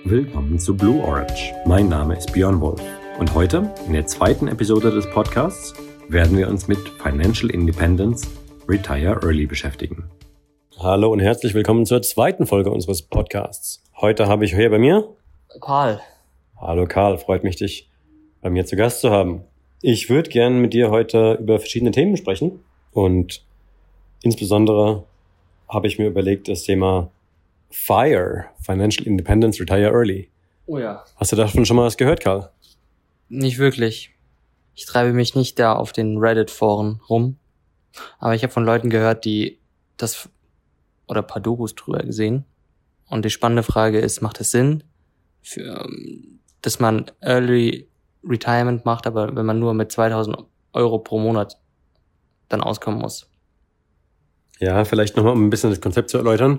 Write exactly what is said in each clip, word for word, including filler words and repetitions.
Willkommen zu Blue Orange. Mein Name ist Björn Wolf und heute, in der zweiten Episode des Podcasts, werden wir uns mit Financial Independence Retire Early beschäftigen. Hallo und herzlich willkommen zur zweiten Folge unseres Podcasts. Heute habe ich hier bei mir Karl. Hallo Karl, freut mich, dich bei mir zu Gast zu haben. Ich würde gerne mit dir heute über verschiedene Themen sprechen und insbesondere habe ich mir überlegt, das Thema FIRE, Financial Independence Retire Early. Oh ja. Hast du davon schon mal was gehört, Karl? Nicht wirklich. Ich treibe mich nicht da auf den Reddit-Foren rum. Aber ich habe von Leuten gehört, die das oder ein paar Dokus drüber gesehen. Und die spannende Frage ist, macht es Sinn, für, dass man Early Retirement macht, aber wenn man nur mit zweitausend Euro pro Monat dann auskommen muss? Ja, vielleicht nochmal, um ein bisschen das Konzept zu erläutern.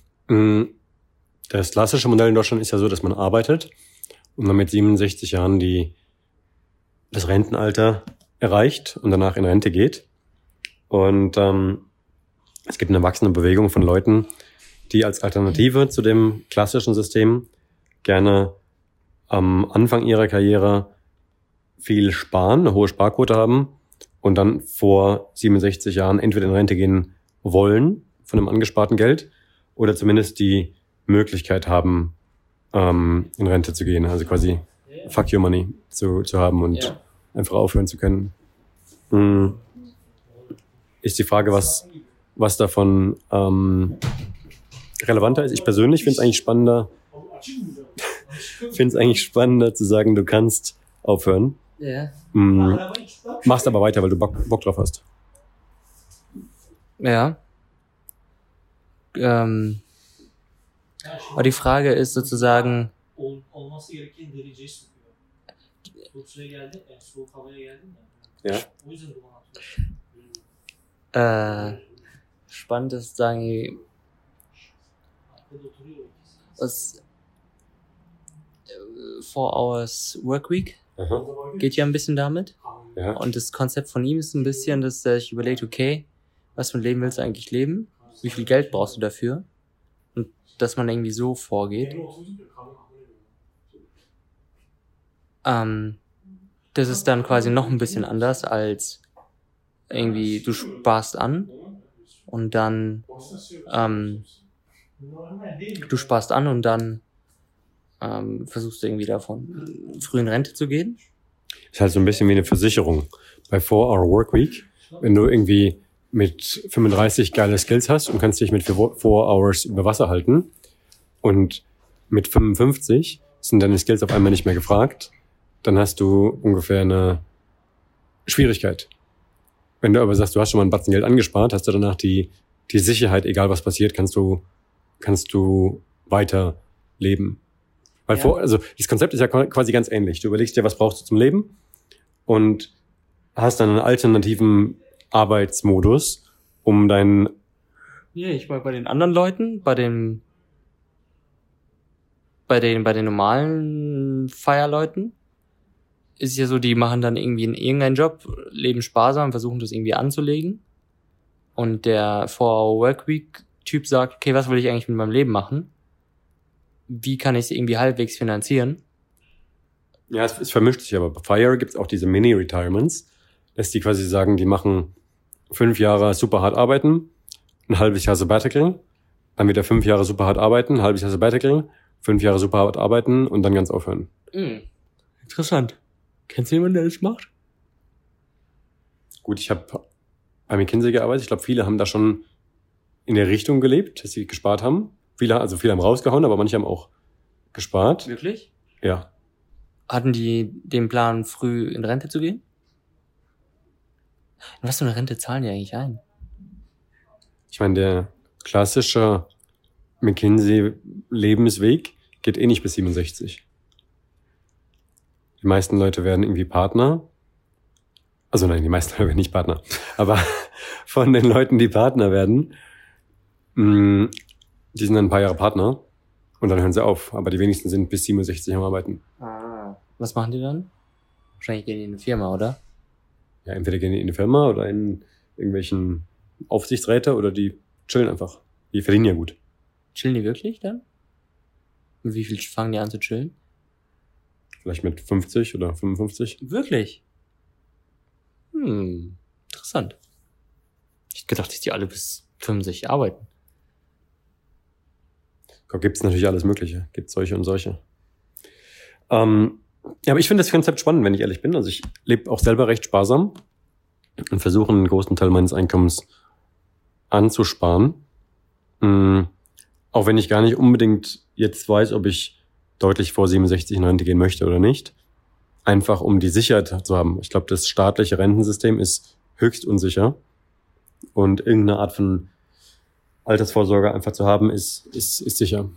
Das klassische Modell in Deutschland ist ja so, dass man arbeitet und dann mit siebenundsechzig Jahren die, das Rentenalter erreicht und danach in Rente geht. Und ähm, es gibt eine wachsende Bewegung von Leuten, die als Alternative zu dem klassischen System gerne am Anfang ihrer Karriere viel sparen, eine hohe Sparquote haben und dann vor siebenundsechzig Jahren entweder in Rente gehen wollen von dem angesparten Geld oder zumindest die Möglichkeit haben, ähm, in Rente zu gehen. Also quasi fuck your money zu, zu haben und ja. einfach aufhören zu können. Hm. Ist die Frage, was, was davon ähm, relevanter ist. Ich persönlich finde es eigentlich spannender, finde es eigentlich spannender zu sagen, du kannst aufhören. Ja. Hm. Machst aber weiter, weil du Bock, Bock drauf hast. Ja. Ähm, aber die Frage ist sozusagen, ja. äh, spannend ist sagen, was äh, Four Hours Workweek Aha. geht ja ein bisschen damit. Ja. Und das Konzept von ihm ist ein bisschen, dass er sich überlegt, okay, was für ein Leben willst du eigentlich leben? Wie viel Geld brauchst du dafür? Und dass man irgendwie so vorgeht. Ähm, das ist dann quasi noch ein bisschen anders als irgendwie, du sparst an und dann ähm, du sparst an und dann ähm, versuchst du irgendwie davon früh in Rente zu gehen. Ist halt so ein bisschen wie eine Versicherung. Bei Four Hour Workweek, wenn du irgendwie mit fünfunddreißig geile Skills hast und kannst dich mit Four Hours über Wasser halten und mit fünfundfünfzig sind deine Skills auf einmal nicht mehr gefragt, dann hast du ungefähr eine Schwierigkeit. Wenn du aber sagst, du hast schon mal ein Batzen Geld angespart, hast du danach die, die Sicherheit, egal was passiert, kannst du, kannst du weiter leben. Weil ja. vor, also das Konzept ist ja quasi ganz ähnlich. Du überlegst dir, was brauchst du zum Leben und hast dann einen alternativen Arbeitsmodus, um deinen... Ja, ich meine, bei den anderen Leuten, bei den, bei den, bei den normalen Feierleuten, ist es ja so, die machen dann irgendwie in irgendeinen Job, leben sparsam, versuchen das irgendwie anzulegen. Und der Four-Hour-Workweek-Typ sagt, okay, was will ich eigentlich mit meinem Leben machen? Wie kann ich es irgendwie halbwegs finanzieren? Ja, es, es vermischt sich aber. Bei FIRE gibt es auch diese Mini-Retirements, dass die quasi sagen, die machen fünf Jahre super hart arbeiten, ein halbes Jahr Sabbatical, dann wieder fünf Jahre super hart arbeiten, ein halbes Jahr Sabbatical, fünf Jahre super hart arbeiten und dann ganz aufhören. Mhm. Interessant. Kennst du jemanden, der das macht? Gut, ich habe bei McKinsey gearbeitet. Ich glaube, viele haben da schon in der Richtung gelebt, dass sie gespart haben. Viele, also viele haben rausgehauen, aber manche haben auch gespart. Wirklich? Ja. Hatten die den Plan, früh in Rente zu gehen? Was für eine Rente zahlen die eigentlich ein? Ich meine, der klassische McKinsey-Lebensweg geht eh nicht bis siebenundsechzig. Die meisten Leute werden irgendwie Partner. Also nein, die meisten Leute werden nicht Partner. Aber von den Leuten, die Partner werden, mh, die sind dann ein paar Jahre Partner und dann hören sie auf. Aber die wenigsten sind bis siebenundsechzig am Arbeiten. Ah. Was machen die dann? Wahrscheinlich gehen die in eine Firma, oder? Ja, entweder gehen die in eine Firma oder in irgendwelchen Aufsichtsräte oder die chillen einfach. Die verdienen ja gut. Chillen die wirklich dann? Mit wie viel fangen die an zu chillen? Vielleicht mit fünfzig oder fünfundfünfzig. Wirklich? Hm, interessant. Ich hätte gedacht, dass die alle bis fünfzig arbeiten. Da gibt's natürlich alles Mögliche. Gibt solche und solche. Ähm, ja, aber ich finde das Konzept spannend, wenn ich ehrlich bin. Also ich lebe auch selber recht sparsam und versuche einen großen Teil meines Einkommens anzusparen. Mhm. Auch wenn ich gar nicht unbedingt jetzt weiß, ob ich deutlich vor siebenundsechzig in Rente gehen möchte oder nicht. Einfach um die Sicherheit zu haben. Ich glaube, das staatliche Rentensystem ist höchst unsicher. Und irgendeine Art von Altersvorsorge einfach zu haben, ist, ist, ist sicher.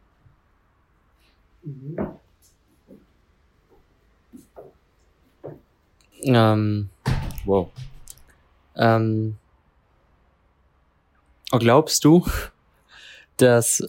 Ähm, wow. Ähm, glaubst du, dass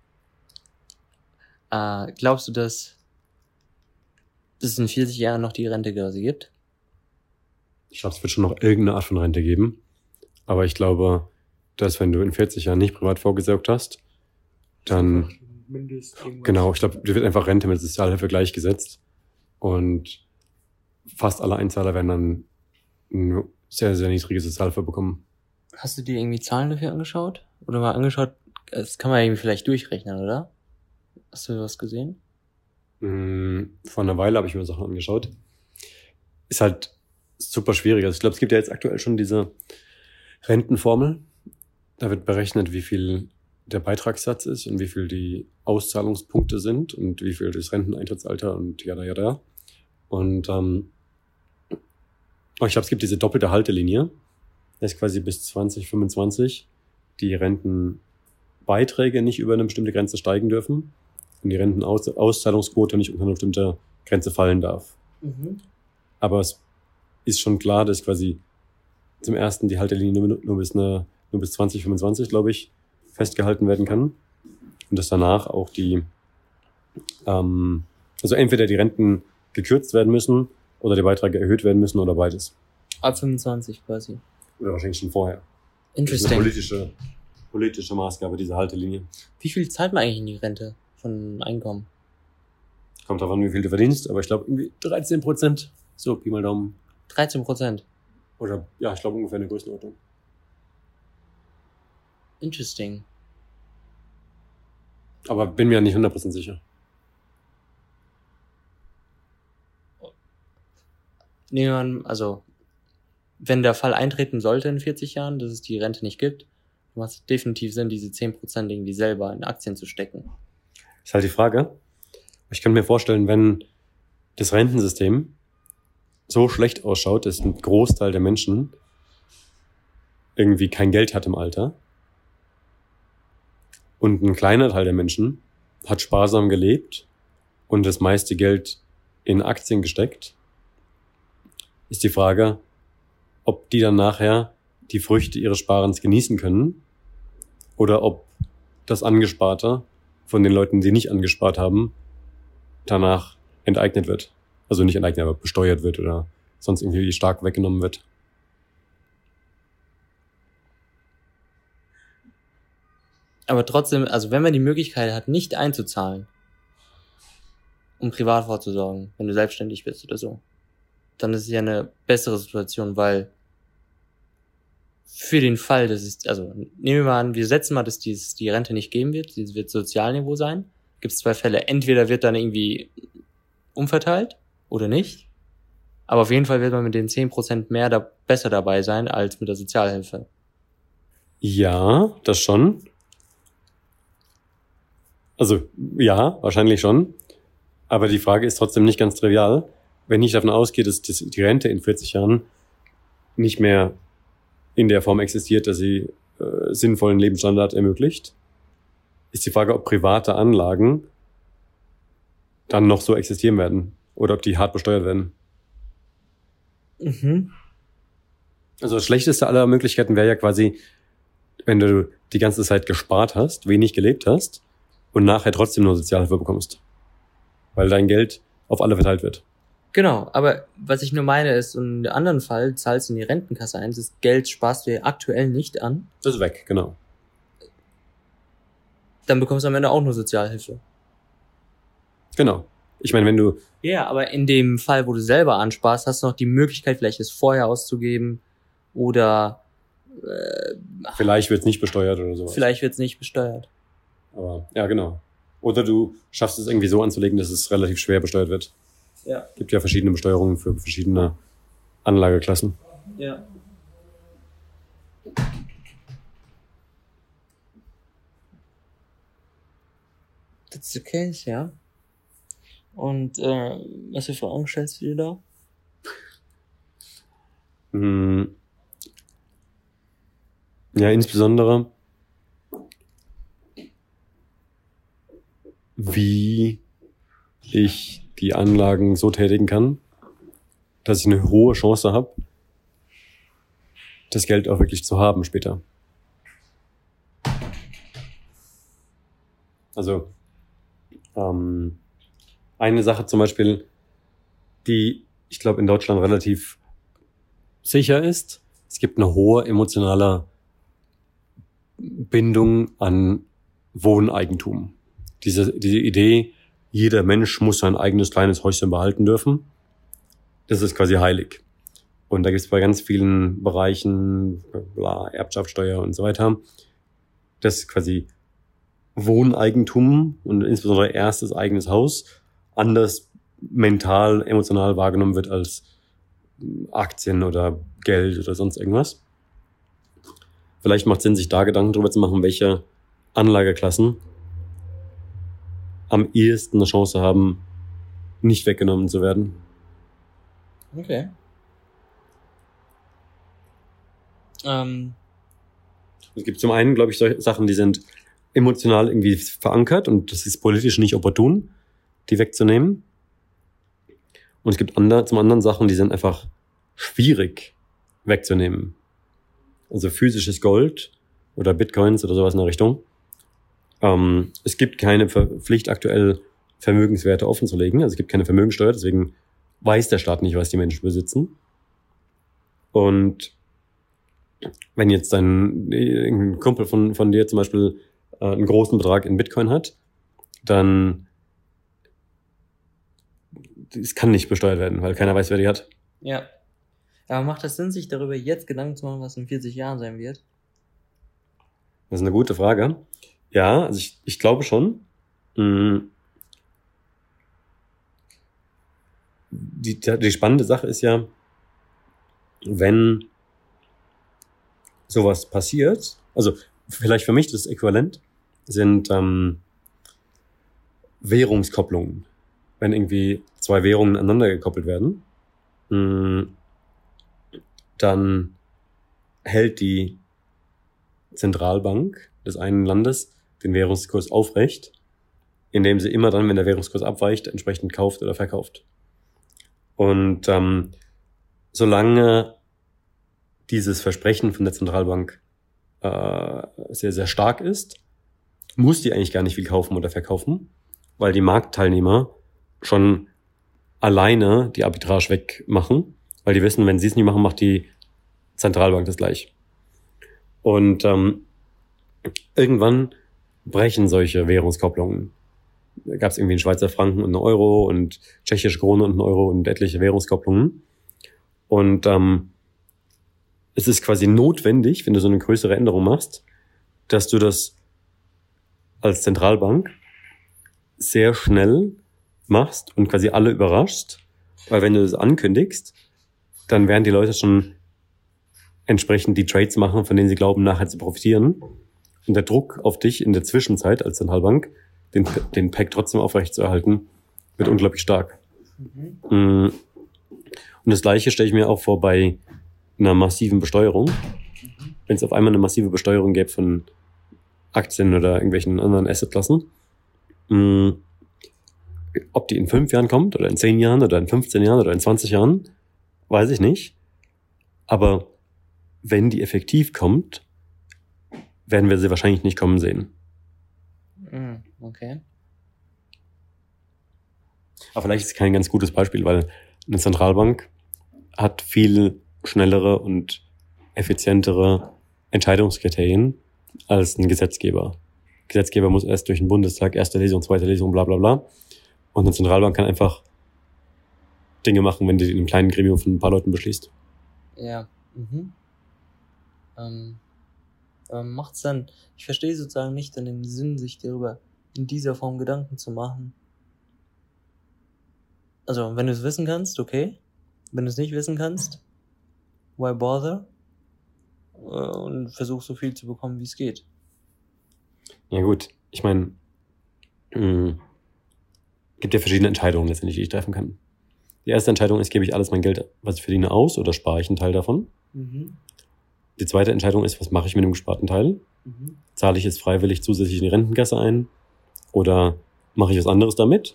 äh, glaubst du, dass es in vierzig Jahren noch die Rente quasi gibt? Ich glaube, es wird schon noch irgendeine Art von Rente geben. Aber ich glaube, dass wenn du in vierzig Jahren nicht privat vorgesorgt hast, dann, genau, ich glaube, dir wird einfach Rente mit Sozialhilfe gleichgesetzt. Und fast alle Einzahler werden dann eine sehr, sehr niedrige Sozialhilfe bekommen. Hast du dir irgendwie Zahlen dafür angeschaut? Oder mal angeschaut, das kann man irgendwie vielleicht durchrechnen, oder? Hast du was gesehen? Vor einer Weile habe ich mir Sachen angeschaut. Ist halt super schwierig. Also ich glaube, es gibt ja jetzt aktuell schon diese Rentenformel. Da wird berechnet, wie viel der Beitragssatz ist und wie viel die Auszahlungspunkte sind und wie viel das Renteneintrittsalter und jada jada. Und ähm, ich glaube, es gibt diese doppelte Haltelinie. Das ist quasi bis zwanzig fünfundzwanzig die Rentenbeiträge nicht über eine bestimmte Grenze steigen dürfen und die Rentenauszahlungsquote nicht unter eine bestimmte Grenze fallen darf. Mhm. Aber es ist schon klar, dass quasi zum ersten die Haltelinie nur, nur bis eine, nur bis zwanzig fünfundzwanzig, glaube ich, festgehalten werden kann. Und dass danach auch die, ähm, also entweder die Renten gekürzt werden müssen oder die Beiträge erhöht werden müssen oder beides. Ab fünfundzwanzig quasi. Oder wahrscheinlich schon vorher. Interesting. Das ist eine politische, politische Maßgabe, diese Haltelinie. Wie viel zahlt man eigentlich in die Rente von Einkommen? Kommt darauf an, wie viel du verdienst, aber ich glaube irgendwie dreizehn Prozent. So, Pi mal Daumen. dreizehn Prozent? Oder, ja, ich glaube ungefähr eine Größenordnung. Interesting. Aber bin mir nicht hundert Prozent sicher. Nehmen wir an, also, wenn der Fall eintreten sollte in vierzig Jahren, dass es die Rente nicht gibt, macht es definitiv Sinn, diese zehn Prozent irgendwie selber in Aktien zu stecken. Ist halt die Frage. Ich kann mir vorstellen, wenn das Rentensystem so schlecht ausschaut, dass ein Großteil der Menschen irgendwie kein Geld hat im Alter und ein kleiner Teil der Menschen hat sparsam gelebt und das meiste Geld in Aktien gesteckt, ist die Frage, ob die dann nachher die Früchte ihres Sparens genießen können oder ob das Angesparte von den Leuten, die nicht angespart haben, danach enteignet wird. Also nicht enteignet, aber besteuert wird oder sonst irgendwie stark weggenommen wird. Aber trotzdem, also wenn man die Möglichkeit hat, nicht einzuzahlen, um privat vorzusorgen, wenn du selbstständig bist oder so, dann ist es ja eine bessere Situation, weil für den Fall, dass es, also nehmen wir mal an, wir setzen mal, dass dies, die Rente nicht geben wird, die wird Sozialniveau sein, gibt es zwei Fälle. Entweder wird dann irgendwie umverteilt oder nicht, aber auf jeden Fall wird man mit den zehn Prozent mehr da besser dabei sein als mit der Sozialhilfe. Ja, das schon. Also ja, wahrscheinlich schon. Aber die Frage ist trotzdem nicht ganz trivial. Wenn ich davon ausgehe, dass die Rente in vierzig Jahren nicht mehr in der Form existiert, dass sie äh, sinnvollen Lebensstandard ermöglicht, ist die Frage, ob private Anlagen dann noch so existieren werden oder ob die hart besteuert werden. Mhm. Also das schlechteste aller Möglichkeiten wäre ja quasi, wenn du die ganze Zeit gespart hast, wenig gelebt hast und nachher trotzdem nur Sozialhilfe bekommst. Weil dein Geld auf alle verteilt wird. Genau, aber was ich nur meine ist, in einem anderen Fall zahlst du in die Rentenkasse ein, das Geld sparst du ja aktuell nicht an. Das ist weg, genau. Dann bekommst du am Ende auch nur Sozialhilfe. Genau. Ich meine, wenn du... Ja, aber in dem Fall, wo du selber ansparst, hast du noch die Möglichkeit, vielleicht es vorher auszugeben oder äh, vielleicht wird es nicht besteuert oder sowas. Vielleicht wird es nicht besteuert. Aber ja, genau. Oder du schaffst es irgendwie so anzulegen, dass es relativ schwer besteuert wird. Ja. Gibt ja verschiedene Besteuerungen für verschiedene Anlageklassen. Ja. That's the case, ja. Und äh, was für Fragen stellst du dir da? Hm. Ja, insbesondere wie ich die Anlagen so tätigen kann, dass ich eine hohe Chance habe, das Geld auch wirklich zu haben später. Also ähm, eine Sache zum Beispiel, die ich glaube in Deutschland relativ sicher ist, es gibt eine hohe emotionale Bindung an Wohneigentum. Diese, diese Idee, jeder Mensch muss sein eigenes kleines Häuschen behalten dürfen, das ist quasi heilig. Und da gibt es bei ganz vielen Bereichen, bla, Erbschaftssteuer und so weiter, dass quasi Wohneigentum und insbesondere erstes eigenes Haus anders mental, emotional wahrgenommen wird als Aktien oder Geld oder sonst irgendwas. Vielleicht macht es Sinn, sich da Gedanken darüber zu machen, welche Anlageklassen am ehesten eine Chance haben, nicht weggenommen zu werden. Okay. Ähm. Es gibt zum einen, glaube ich, solche Sachen, die sind emotional irgendwie verankert und das ist politisch nicht opportun, die wegzunehmen. Und es gibt andere, zum anderen Sachen, die sind einfach schwierig wegzunehmen. Also physisches Gold oder Bitcoins oder sowas in der Richtung. Ähm, es gibt keine Pflicht, aktuell Vermögenswerte offenzulegen. Also es gibt keine Vermögensteuer, deswegen weiß der Staat nicht, was die Menschen besitzen. Und wenn jetzt ein, ein Kumpel von, von dir zum Beispiel äh, einen großen Betrag in Bitcoin hat, dann es kann nicht besteuert werden, weil keiner weiß, wer die hat. Ja. Aber macht das Sinn, sich darüber jetzt Gedanken zu machen, was in vierzig Jahren sein wird? Das ist eine gute Frage. Ja, also ich, ich glaube schon. Die, die spannende Sache ist ja, wenn sowas passiert, also vielleicht für mich das Äquivalent sind ähm, Währungskopplungen. Wenn irgendwie zwei Währungen aneinander gekoppelt werden, mh, dann hält die Zentralbank des einen Landes den Währungskurs aufrecht, indem sie immer dann, wenn der Währungskurs abweicht, entsprechend kauft oder verkauft. Und ähm, solange dieses Versprechen von der Zentralbank äh, sehr, sehr stark ist, muss die eigentlich gar nicht viel kaufen oder verkaufen, weil die Marktteilnehmer schon alleine die Arbitrage wegmachen, weil die wissen, wenn sie es nicht machen, macht die Zentralbank das gleich. Und ähm, irgendwann brechen solche Währungskopplungen. Da gab es irgendwie einen Schweizer Franken und einen Euro und tschechische Krone und einen Euro und etliche Währungskopplungen. Und ähm, es ist quasi notwendig, wenn du so eine größere Änderung machst, dass du das als Zentralbank sehr schnell machst und quasi alle überraschst, weil wenn du das ankündigst, dann werden die Leute schon entsprechend die Trades machen, von denen sie glauben, nachher zu profitieren. Und der Druck auf dich in der Zwischenzeit als Zentralbank, den, den Peg trotzdem aufrechtzuerhalten, wird unglaublich stark. Mhm. Und das Gleiche stelle ich mir auch vor bei einer massiven Besteuerung. Mhm. Wenn es auf einmal eine massive Besteuerung gäbe von Aktien oder irgendwelchen anderen Assetklassen, mh, ob die in fünf Jahren kommt oder in zehn Jahren oder in fünfzehn Jahren oder in zwanzig Jahren, weiß ich nicht. Aber wenn die effektiv kommt, werden wir sie wahrscheinlich nicht kommen sehen. Okay. Aber vielleicht ist es kein ganz gutes Beispiel, weil eine Zentralbank hat viel schnellere und effizientere Entscheidungskriterien als ein Gesetzgeber. Gesetzgeber muss erst durch den Bundestag, erste Lesung, zweite Lesung, bla bla bla. Und eine Zentralbank kann einfach Dinge machen, wenn die in einem kleinen Gremium von ein paar Leuten beschließt. Ja. Mhm. Ähm, ähm, macht's dann, ich verstehe sozusagen nicht dann den Sinn, sich darüber in dieser Form Gedanken zu machen. Also, wenn du es wissen kannst, okay. Wenn du es nicht wissen kannst, why bother? Und versuch so viel zu bekommen, wie es geht. Ja gut, ich meine, es gibt ja verschiedene Entscheidungen letztendlich, die ich treffen kann. Die erste Entscheidung ist, gebe ich alles mein Geld, was ich verdiene, aus oder spare ich einen Teil davon? Mhm. Die zweite Entscheidung ist, was mache ich mit dem gesparten Teil? Mhm. Zahle ich es freiwillig zusätzlich in die Rentenkasse ein oder mache ich was anderes damit?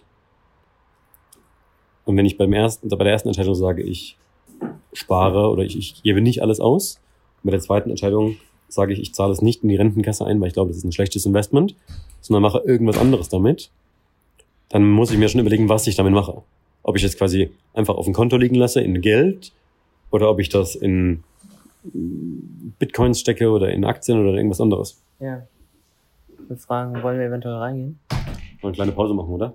Und wenn ich beim ersten, bei der ersten Entscheidung sage, ich spare oder ich, ich gebe nicht alles aus, und bei der zweiten Entscheidung sage ich, ich zahle es nicht in die Rentenkasse ein, weil ich glaube, das ist ein schlechtes Investment, sondern mache irgendwas anderes damit, dann muss ich mir schon überlegen, was ich damit mache. Ob ich das quasi einfach auf dem Konto liegen lasse in Geld oder ob ich das in Bitcoins stecke oder in Aktien oder irgendwas anderes. Ja. Wir fragen, wollen wir eventuell reingehen? Wollen wir eine kleine Pause machen, oder?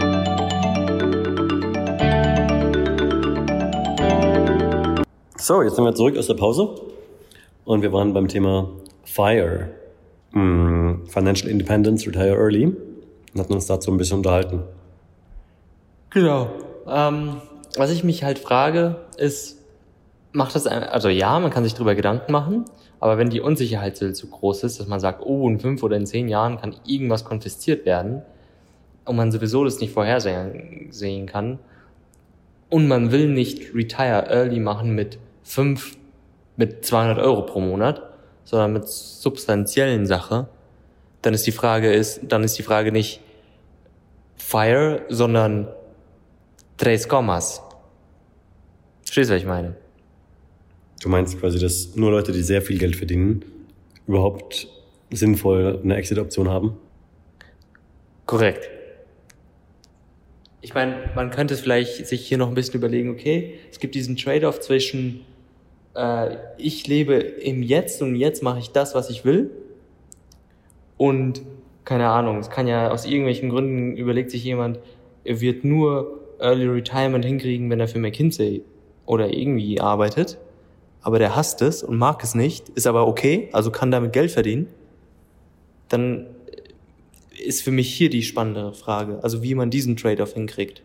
So, jetzt sind wir zurück aus der Pause und wir waren beim Thema FIRE, hm, Financial Independence, Retire Early, und hatten uns dazu ein bisschen unterhalten. Genau. Ähm, was ich mich halt frage, ist, macht das, ein, also ja, man kann sich darüber Gedanken machen, aber wenn die Unsicherheit so groß ist, dass man sagt, oh, in fünf oder in zehn Jahren kann irgendwas konfisziert werden und man sowieso das nicht vorhersehen kann und man will nicht Retire Early machen mit fünf, mit zweihundert Euro pro Monat, sondern mit substanziellen Sachen, dann ist die Frage ist, dann ist die Frage nicht FIRE, sondern Tres Comas. Verstehst du, was ich meine? Du meinst quasi, dass nur Leute, die sehr viel Geld verdienen, überhaupt sinnvoll eine Exit-Option haben? Korrekt. Ich meine, man könnte es vielleicht sich hier noch ein bisschen überlegen, okay, es gibt diesen Trade-off zwischen äh, ich lebe im Jetzt und jetzt mache ich das, was ich will und keine Ahnung, es kann ja aus irgendwelchen Gründen überlegt sich jemand, er wird nur Early Retirement hinkriegen, wenn er für McKinsey oder irgendwie arbeitet, aber der hasst es und mag es nicht, ist aber okay, also kann damit Geld verdienen, dann ist für mich hier die spannendere Frage, also wie man diesen Trade-off hinkriegt.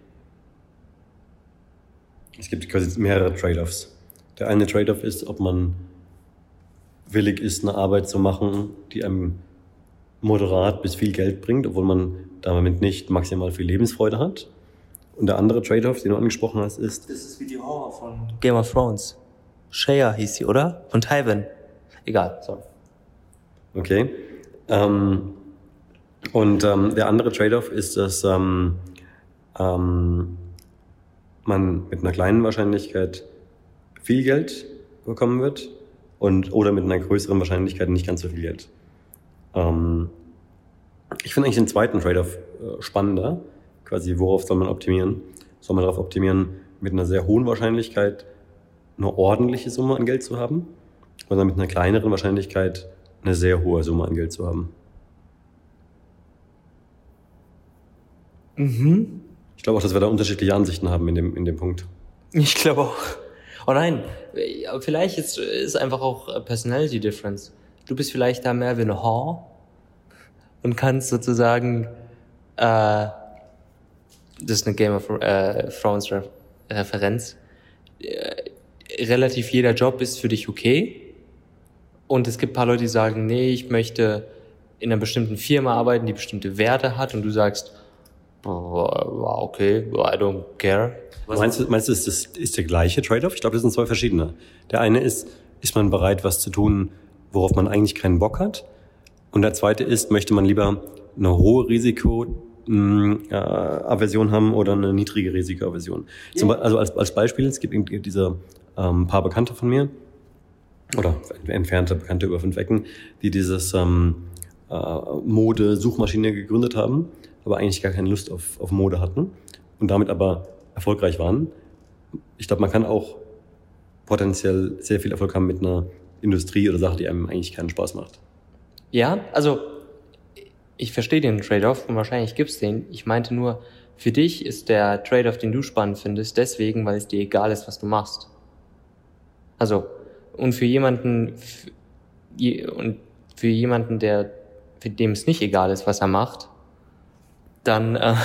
Es gibt quasi mehrere Trade-offs. Der eine Trade-off ist, ob man willig ist, eine Arbeit zu machen, die einem moderat bis viel Geld bringt, obwohl man damit nicht maximal viel Lebensfreude hat. Und der andere Trade-off, den du angesprochen hast, ist... Das ist wie die Horror von Game of Thrones. Shea hieß sie, oder? Von Tywin. Egal, sorry. Okay. Ähm, und ähm, der andere Trade-off ist, dass ähm, ähm, man mit einer kleinen Wahrscheinlichkeit viel Geld bekommen wird und oder mit einer größeren Wahrscheinlichkeit nicht ganz so viel Geld. Ähm, ich finde eigentlich den zweiten Trade-off äh, spannender. Quasi, worauf soll man optimieren? Soll man darauf optimieren, mit einer sehr hohen Wahrscheinlichkeit eine ordentliche Summe an Geld zu haben oder mit einer kleineren Wahrscheinlichkeit eine sehr hohe Summe an Geld zu haben? Mhm. Ich glaube auch, dass wir da unterschiedliche Ansichten haben in dem, in dem Punkt. Ich glaube auch. Oh nein, vielleicht ist es einfach auch Personality Difference. Du bist vielleicht da mehr wie eine Whore und kannst sozusagen, äh, das ist eine Game of äh, Thrones Re- Referenz, äh, relativ jeder Job ist für dich okay und es gibt ein paar Leute, die sagen, nee, ich möchte in einer bestimmten Firma arbeiten, die bestimmte Werte hat und du sagst, okay, I don't care. Was meinst du, meinst du, ist das ist der gleiche Trade-off? Ich glaube, das sind zwei verschiedene. Der eine ist, ist man bereit, was zu tun, worauf man eigentlich keinen Bock hat? Und der zweite ist, möchte man lieber eine hohe Risikoaversion äh, haben oder eine niedrige Risikoaversion? Yeah. Also als, als Beispiel, es gibt diese ähm, paar Bekannte von mir, oder entfernte Bekannte über fünf Ecken, die dieses ähm, äh, Mode-Suchmaschine gegründet haben, aber eigentlich gar keine Lust auf, auf Mode hatten und damit aber erfolgreich waren. Ich glaube, man kann auch potenziell sehr viel Erfolg haben mit einer Industrie oder Sache, die einem eigentlich keinen Spaß macht. Ja, also ich verstehe den Trade-off und wahrscheinlich gibt's den. Ich meinte nur, für dich ist der Trade-off, den du spannend findest, deswegen, weil es dir egal ist, was du machst. Also, und für jemanden, und für jemanden, der, für dem es nicht egal ist, was er macht, dann, äh,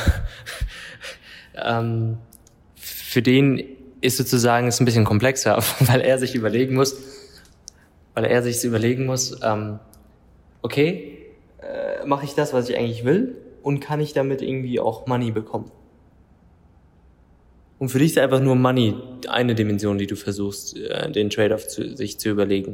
ähm, für den ist sozusagen es ein bisschen komplexer, weil er sich überlegen muss, weil er sich überlegen muss, ähm, okay, äh, mache ich das, was ich eigentlich will, und kann ich damit irgendwie auch Money bekommen? Und für dich ist einfach nur Money eine Dimension, die du versuchst, äh, den Trade-off zu, sich zu überlegen.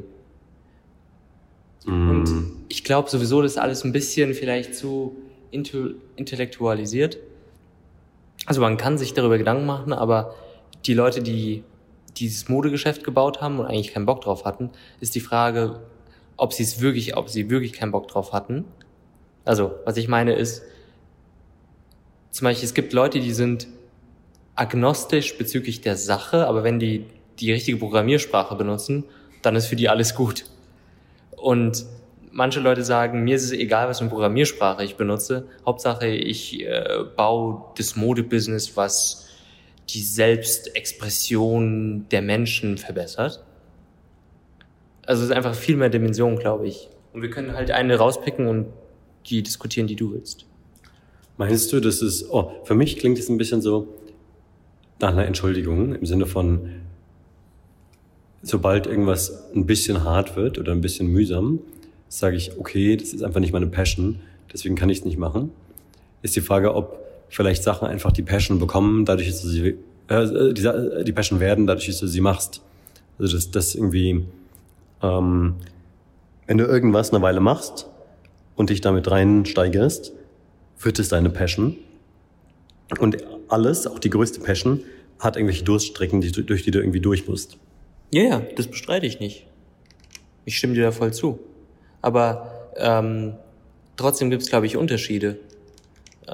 Mm. Und ich glaube sowieso, das ist alles ein bisschen vielleicht zu intellektualisiert. Also man kann sich darüber Gedanken machen, aber die Leute, die dieses Modegeschäft gebaut haben und eigentlich keinen Bock drauf hatten, ist die Frage, ob sie es wirklich, ob sie wirklich keinen Bock drauf hatten. Also, was ich meine ist, zum Beispiel, es gibt Leute, die sind agnostisch bezüglich der Sache, aber wenn die die richtige Programmiersprache benutzen, dann ist für die alles gut. Und manche Leute sagen, mir ist es egal, was für eine Programmiersprache ich benutze. Hauptsache, ich äh, baue das Modebusiness, was die Selbstexpression der Menschen verbessert. Also es ist einfach viel mehr Dimensionen, glaube ich. Und wir können halt eine rauspicken und die diskutieren, die du willst. Meinst du, das ist, oh, für mich klingt es ein bisschen so nach einer Entschuldigung im Sinne von, sobald irgendwas ein bisschen hart wird oder ein bisschen mühsam, sage ich, okay, das ist einfach nicht meine Passion, deswegen kann ich es nicht machen. Ist die Frage, ob vielleicht Sachen einfach die Passion bekommen, dadurch, dass du sie, äh, die, die Passion werden, dadurch, dass du sie machst. Also dass das irgendwie, ähm, wenn du irgendwas eine Weile machst und dich damit reinsteigerst, wird es deine Passion. Und alles, auch die größte Passion, hat irgendwelche Durststrecken, die, durch die du irgendwie durch musst. Ja, ja, das bestreite ich nicht. Ich stimme dir da voll zu. Aber ähm, trotzdem gibt es, glaube ich, Unterschiede. Äh,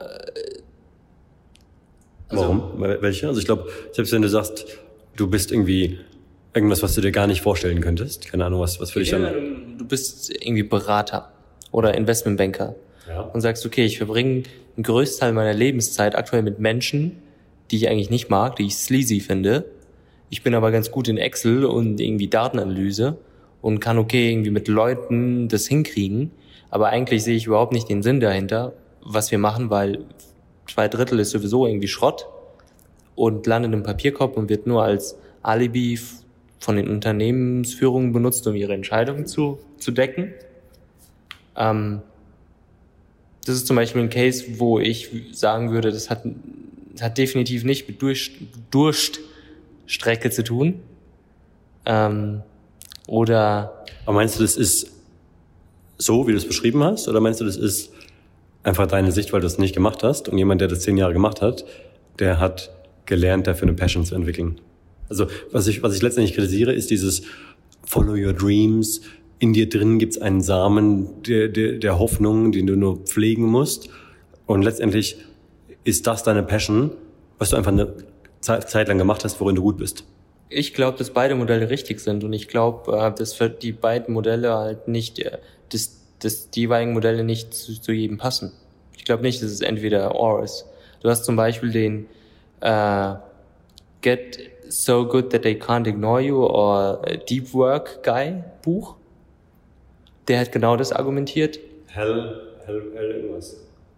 also, Warum? Welche? Also ich glaube, selbst wenn du sagst, du bist irgendwie irgendwas, was du dir gar nicht vorstellen könntest, keine Ahnung, was, was für dich ja, dann... Du bist irgendwie Berater oder Investmentbanker, ja, und sagst, okay, ich verbringe einen größten Teil meiner Lebenszeit aktuell mit Menschen, die ich eigentlich nicht mag, die ich sleazy finde. Ich bin aber ganz gut in Excel und irgendwie Datenanalyse und kann okay irgendwie mit Leuten das hinkriegen. Aber eigentlich sehe ich überhaupt nicht den Sinn dahinter, was wir machen, weil zwei Drittel ist sowieso irgendwie Schrott und landet im Papierkorb und wird nur als Alibi von den Unternehmensführungen benutzt, um ihre Entscheidungen zu, zu decken. Ähm, das ist zum Beispiel ein Case, wo ich sagen würde, das hat, das hat definitiv nicht mit Durch, Durststrecke zu tun. Ähm, oder... Aber meinst du, das ist so, wie du es beschrieben hast? Oder meinst du, das ist einfach deine Sicht, weil du es nicht gemacht hast? Und jemand, der das zehn Jahre gemacht hat, der hat gelernt, dafür eine Passion zu entwickeln. Also was ich, was ich letztendlich kritisiere, ist dieses Follow your dreams. In dir drin gibt's einen Samen der, der, der Hoffnung, den du nur pflegen musst. Und letztendlich ist das deine Passion, was du einfach eine Zeit, Zeit lang gemacht hast, worin du gut bist. Ich glaube, dass beide Modelle richtig sind. Und ich glaube, dass für die beiden Modelle halt nicht, dass, dass die jeweiligen Modelle nicht zu, zu jedem passen. Ich glaube nicht, dass es entweder or ist. Du hast zum Beispiel den äh, Get So Good That They Can't Ignore You or Deep Work Guy Buch. Der hat genau das argumentiert. Hell, hell, hell irgendwas.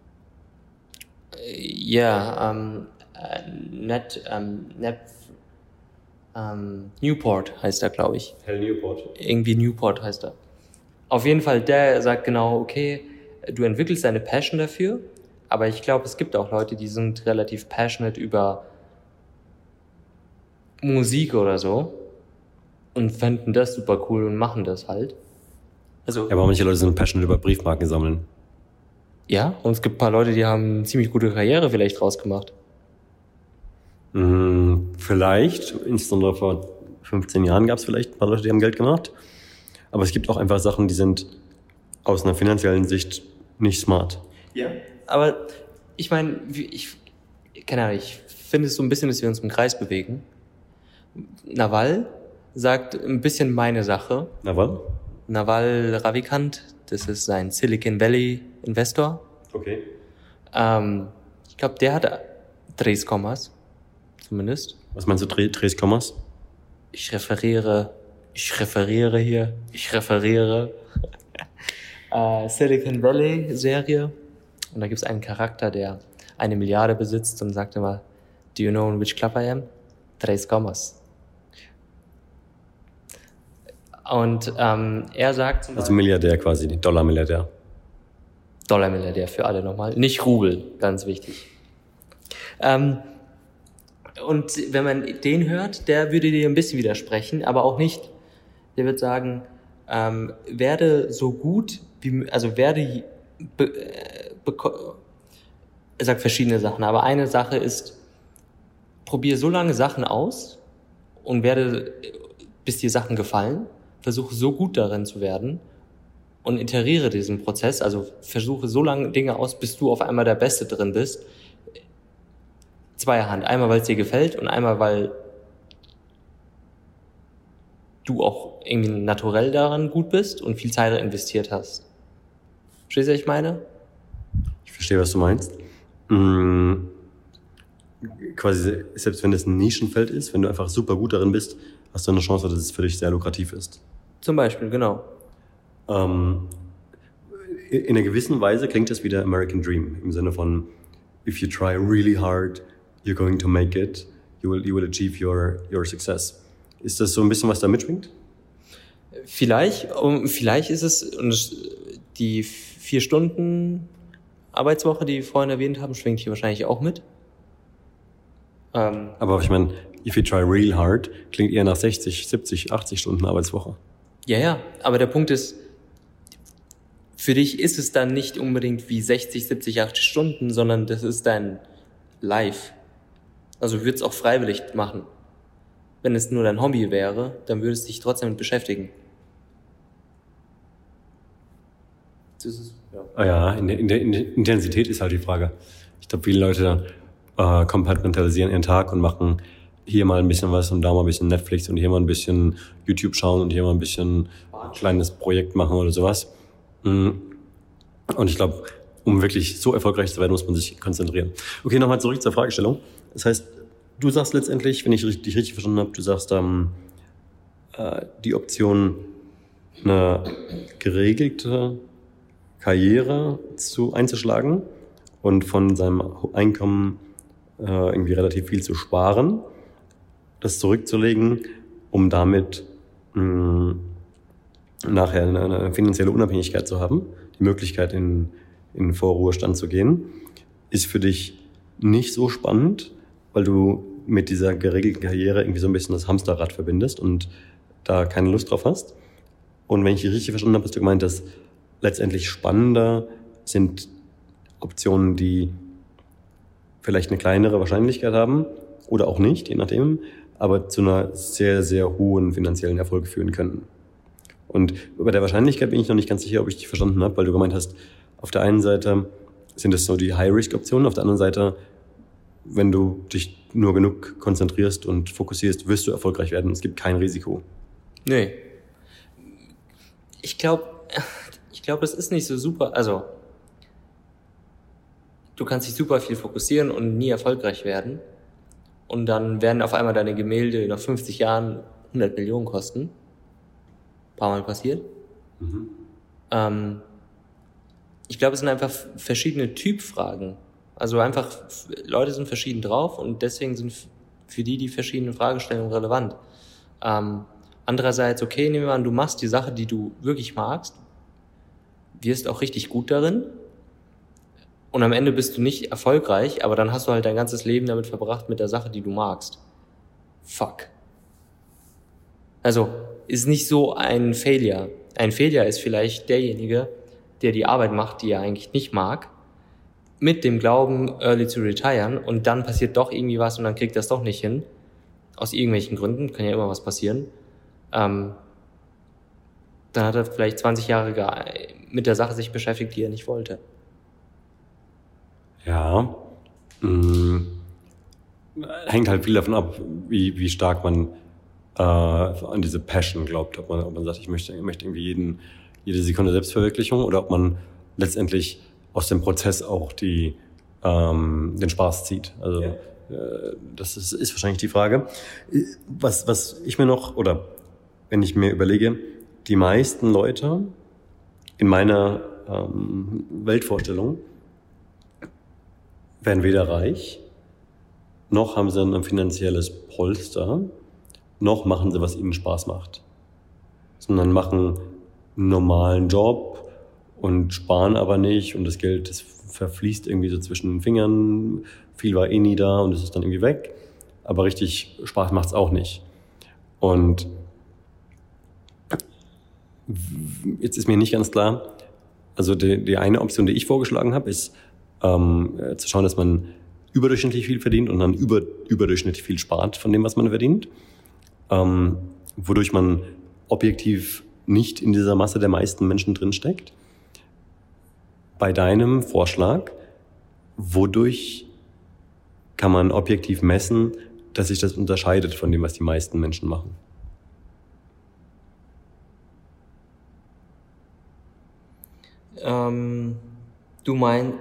Ja, ähm, net, ähm, net, ähm, Newport heißt er, glaube ich. Hell Newport. Irgendwie Newport heißt er. Auf jeden Fall, der sagt genau, okay, du entwickelst deine Passion dafür, aber ich glaube, es gibt auch Leute, die sind relativ passionate über Musik oder so und fänden das super cool und machen das halt. Also, ja, aber manche Leute sind passionate über Briefmarken sammeln. Ja, und es gibt ein paar Leute, die haben eine ziemlich gute Karriere vielleicht rausgemacht. Hm, vielleicht, insbesondere vor fünfzehn Jahren gab es vielleicht ein paar Leute, die haben Geld gemacht. Aber es gibt auch einfach Sachen, die sind aus einer finanziellen Sicht nicht smart. Ja, aber ich meine, ich, keine Ahnung, ich finde es so ein bisschen, dass wir uns im Kreis bewegen. Naval sagt ein bisschen meine Sache. Naval? Naval Ravikant, das ist ein Silicon Valley Investor. Okay. Ähm, Ich glaube, der hat Tres Kommas, zumindest. Was meinst du, Dreh, Tres Kommas? Ich referiere, ich referiere hier, ich referiere. äh, Silicon Valley Serie. Und da gibt es einen Charakter, der eine Milliarde besitzt und sagt immer, do you know in which club I am? Tres Kommas. Und ähm, er sagt zum Also Milliardär quasi, Dollar-Milliardär. Dollar-Milliardär für alle nochmal. Nicht Rubel, ganz wichtig. Ähm, und wenn man den hört, der würde dir ein bisschen widersprechen, aber auch nicht. Der wird sagen, ähm, werde so gut wie, also werde, be, be, er sagt verschiedene Sachen, aber eine Sache ist, probier so lange Sachen aus und werde, bis dir Sachen gefallen, versuche so gut darin zu werden und iteriere diesen Prozess, also versuche so lange Dinge aus, bis du auf einmal der Beste drin bist. Zweierhand. Einmal, weil es dir gefällt und einmal, weil du auch irgendwie naturell daran gut bist und viel Zeit investiert hast. Verstehst du, was ich meine? Ich verstehe, was du meinst. Mhm. Quasi, selbst wenn das ein Nischenfeld ist, wenn du einfach super gut darin bist, hast du eine Chance, dass es für dich sehr lukrativ ist. Zum Beispiel, genau. Ähm, in einer gewissen Weise klingt das wie der American Dream, im Sinne von, if you try really hard, you're going to make it, you will, you will achieve your, your success. Ist das so ein bisschen, was da mitschwingt? Vielleicht, um, vielleicht ist es, und die vier Stunden Arbeitswoche, die wir vorhin erwähnt haben, schwingt hier wahrscheinlich auch mit. Ähm, Aber ich meine, if you try real hard, klingt eher nach sechzig, siebzig, achtzig Stunden Arbeitswoche. Ja, ja, aber der Punkt ist, für dich ist es dann nicht unbedingt wie sechzig, siebzig, achtzig Stunden, sondern das ist dein Life. Also würdest es auch freiwillig machen. Wenn es nur dein Hobby wäre, dann würdest du dich trotzdem mit beschäftigen. Das ist, ja. Ah ja, in der, in der Intensität ist halt die Frage. Ich glaube, viele Leute äh, kompartmentalisieren ihren Tag und machen hier mal ein bisschen was und da mal ein bisschen Netflix und hier mal ein bisschen YouTube schauen und hier mal ein bisschen ein kleines Projekt machen oder sowas. Und ich glaube, um wirklich so erfolgreich zu werden, muss man sich konzentrieren. Okay, nochmal zurück zur Fragestellung. Das heißt, du sagst letztendlich, wenn ich dich richtig verstanden habe, du sagst ähm, äh, die Option, eine geregelte Karriere zu einzuschlagen und von seinem Einkommen äh, irgendwie relativ viel zu sparen, das zurückzulegen, um damit mh, nachher eine, eine finanzielle Unabhängigkeit zu haben, die Möglichkeit in, in Vorruhestand zu gehen, ist für dich nicht so spannend, weil du mit dieser geregelten Karriere irgendwie so ein bisschen das Hamsterrad verbindest und da keine Lust drauf hast. Und wenn ich dich richtig verstanden habe, hast du gemeint, dass letztendlich spannender sind Optionen, die vielleicht eine kleinere Wahrscheinlichkeit haben oder auch nicht, je nachdem, aber zu einer sehr, sehr hohen finanziellen Erfolg führen können. Und bei der Wahrscheinlichkeit bin ich noch nicht ganz sicher, ob ich dich verstanden habe, weil du gemeint hast, auf der einen Seite sind das so die High-Risk-Optionen, auf der anderen Seite, wenn du dich nur genug konzentrierst und fokussierst, wirst du erfolgreich werden. Es gibt kein Risiko. Nee. Ich glaube, ich glaube, das ist nicht so super, also du kannst dich super viel fokussieren und nie erfolgreich werden. Und dann werden auf einmal deine Gemälde nach fünfzig Jahren hundert Millionen kosten. Ein paar Mal passiert. Mhm. Ähm, ich glaube, es sind einfach verschiedene Typfragen. Also einfach, Leute sind verschieden drauf und deswegen sind für die die verschiedenen Fragestellungen relevant. Ähm, andererseits, okay, nehmen wir an, du machst die Sache, die du wirklich magst, wirst auch richtig gut darin und am Ende bist du nicht erfolgreich, aber dann hast du halt dein ganzes Leben damit verbracht mit der Sache, die du magst. Fuck. Also, ist nicht so ein Failure. Ein Failure ist vielleicht derjenige, der die Arbeit macht, die er eigentlich nicht mag, mit dem Glauben, early zu retiren und dann passiert doch irgendwie was und dann kriegt er es doch nicht hin. Aus irgendwelchen Gründen, kann ja immer was passieren. Ähm, dann hat er vielleicht zwanzig Jahre mit der Sache sich beschäftigt, die er nicht wollte. Ja, mh, hängt halt viel davon ab, wie, wie stark man äh, an diese Passion glaubt. Ob man, ob man sagt, ich möchte, ich möchte irgendwie jeden, jede Sekunde Selbstverwirklichung oder ob man letztendlich aus dem Prozess auch die, ähm, den Spaß zieht. Also ja. äh, das ist, ist wahrscheinlich die Frage. Was, was ich mir noch, oder wenn ich mir überlege, die meisten Leute in meiner ähm, Weltvorstellung werden weder reich, noch haben sie ein finanzielles Polster, noch machen sie, was ihnen Spaß macht. Sondern machen einen normalen Job und sparen aber nicht und das Geld, das verfließt irgendwie so zwischen den Fingern, viel war eh nie da und es ist dann irgendwie weg, aber richtig Spaß macht's auch nicht. Und jetzt ist mir nicht ganz klar, also die, die eine Option, die ich vorgeschlagen habe, ist ähm, zu schauen, dass man überdurchschnittlich viel verdient und dann über, überdurchschnittlich viel spart von dem, was man verdient, ähm, wodurch man objektiv nicht in dieser Masse der meisten Menschen drinsteckt. Bei deinem Vorschlag, wodurch kann man objektiv messen, dass sich das unterscheidet von dem, was die meisten Menschen machen? Ähm, du meinst,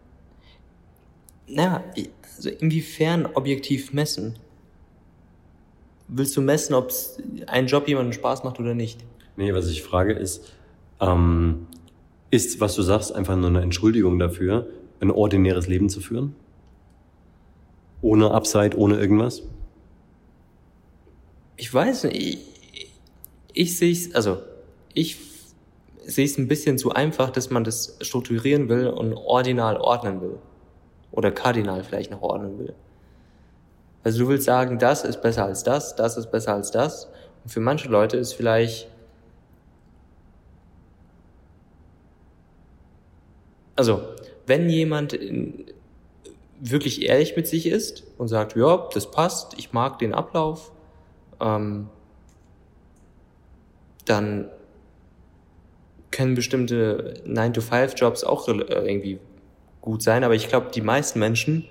naja, also inwiefern objektiv messen? Willst du messen, ob ein Job jemandem Spaß macht oder nicht? Nee, was ich frage ist, ähm, ist, was du sagst, einfach nur eine Entschuldigung dafür, ein ordinäres Leben zu führen? Ohne Upside, ohne irgendwas? Ich weiß nicht, ich, ich sehe es, also ich sehe es ein bisschen zu einfach, dass man das strukturieren will und ordinal ordnen will. Oder kardinal vielleicht noch ordnen will. Also du willst sagen, das ist besser als das, das ist besser als das. Und für manche Leute ist vielleicht, also wenn jemand in, wirklich ehrlich mit sich ist und sagt, ja, das passt, ich mag den Ablauf, ähm, dann können bestimmte nine to five Jobs auch irgendwie gut sein, aber ich glaube, die meisten Menschen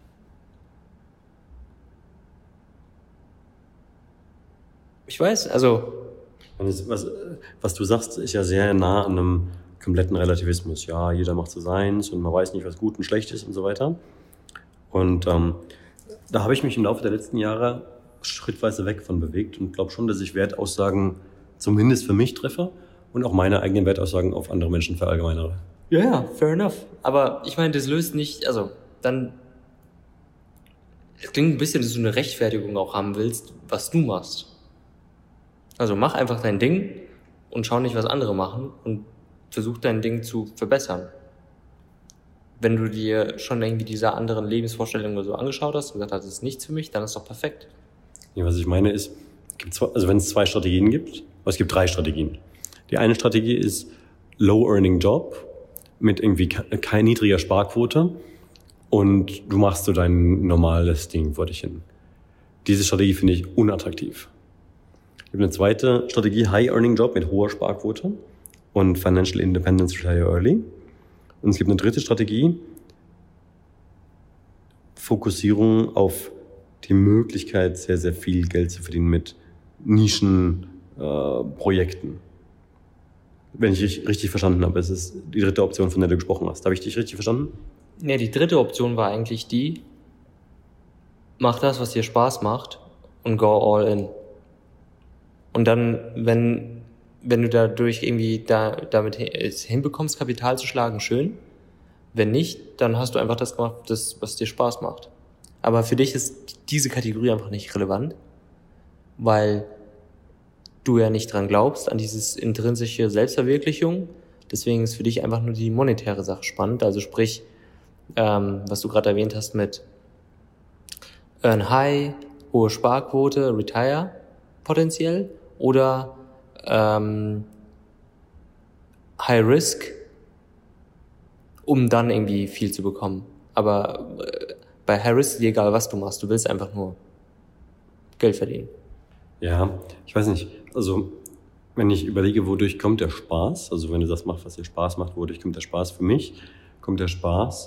ich weiß, also was, was du sagst, ist ja sehr nah an einem kompletten Relativismus. Ja, jeder macht so seins und man weiß nicht, was gut und schlecht ist und so weiter. Und ähm, da habe ich mich im Laufe der letzten Jahre schrittweise weg von bewegt und glaube schon, dass ich Wertaussagen zumindest für mich treffe und auch meine eigenen Wertaussagen auf andere Menschen verallgemeinere. Ja, ja, fair enough. Aber ich meine, das löst nicht, also dann, es klingt ein bisschen, dass du eine Rechtfertigung auch haben willst, was du machst. Also mach einfach dein Ding und schau nicht, was andere machen und versuch dein Ding zu verbessern. Wenn du dir schon irgendwie diese anderen Lebensvorstellungen oder so angeschaut hast und gesagt hast, das ist nichts für mich, dann ist doch perfekt. Ja, was ich meine ist, gibt zwei, also wenn es zwei Strategien gibt, es gibt drei Strategien. Die eine Strategie ist Low-Earning-Job mit irgendwie kein niedriger Sparquote und du machst so dein normales Ding vor dich hin. Diese Strategie finde ich unattraktiv. Es gibt eine zweite Strategie, High-Earning-Job mit hoher Sparquote und Financial Independence Retire Early. Und es gibt eine dritte Strategie, Fokussierung auf die Möglichkeit, sehr, sehr viel Geld zu verdienen mit Nischenprojekten. Äh, Wenn ich richtig verstanden habe, es ist die dritte Option, von der du gesprochen hast. Habe ich dich richtig verstanden? Ja, die dritte Option war eigentlich die, mach das, was dir Spaß macht und go all in. Und dann, wenn, wenn du dadurch irgendwie da, damit hinbekommst, Kapital zu schlagen, schön. Wenn nicht, dann hast du einfach das gemacht, das, was dir Spaß macht. Aber für dich ist diese Kategorie einfach nicht relevant, weil du ja nicht dran glaubst, an dieses intrinsische Selbstverwirklichung. Deswegen ist für dich einfach nur die monetäre Sache spannend. Also sprich, ähm, was du gerade erwähnt hast mit Earn High, hohe Sparquote, Retire potenziell oder ähm, High Risk, um dann irgendwie viel zu bekommen. Aber äh, bei High Risk ist dir egal, was du machst. Du willst einfach nur Geld verdienen. Ja, ich weiß nicht. Also, wenn ich überlege, wodurch kommt der Spaß, also wenn du das machst, was dir Spaß macht, wodurch kommt der Spaß für mich, kommt der Spaß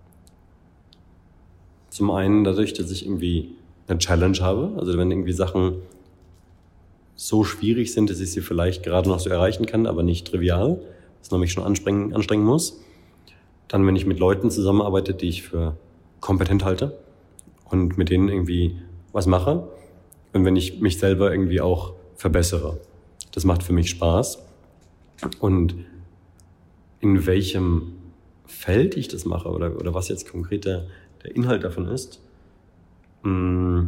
zum einen dadurch, dass ich irgendwie eine Challenge habe. Also wenn irgendwie Sachen so schwierig sind, dass ich sie vielleicht gerade noch so erreichen kann, aber nicht trivial, was man mich schon anstrengen, anstrengen muss. dann, wenn ich mit Leuten zusammenarbeite, die ich für kompetent halte und mit denen irgendwie was mache und wenn ich mich selber irgendwie auch verbessere. Das macht für mich Spaß. Und in welchem Feld ich das mache oder, oder was jetzt konkret der, der Inhalt davon ist, mh,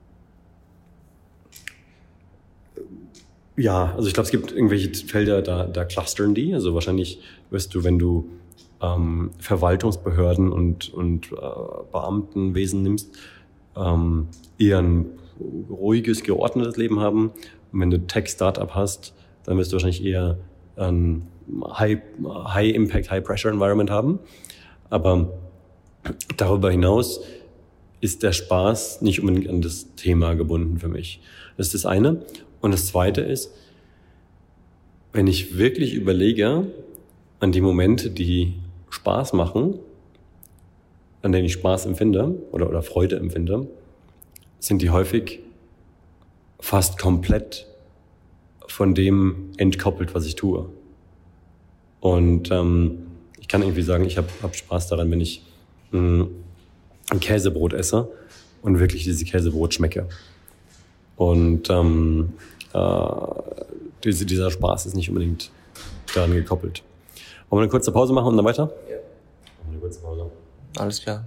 ja, also ich glaube, es gibt irgendwelche Felder, da, da clustern die. Also wahrscheinlich wirst du, wenn du ähm, Verwaltungsbehörden und, und äh, Beamtenwesen nimmst, ähm, eher ein ruhiges, geordnetes Leben haben. Und wenn du Tech-Startup hast, dann wirst du wahrscheinlich eher ein High, High Impact, High Pressure Environment haben. Aber darüber hinaus ist der Spaß nicht unbedingt an das Thema gebunden für mich. Das ist das eine. Und das zweite ist, wenn ich wirklich überlege an die Momente, die Spaß machen, an denen ich Spaß empfinde oder, oder Freude empfinde, sind die häufig fast komplett von dem entkoppelt, was ich tue. Und ähm, ich kann irgendwie sagen, ich habe hab Spaß daran, wenn ich mh, ein Käsebrot esse und wirklich dieses Käsebrot schmecke. Und ähm, äh, diese, dieser Spaß ist nicht unbedingt daran gekoppelt. Wollen wir eine kurze Pause machen und dann weiter? Ja. Machen wir eine kurze Pause. Alles klar.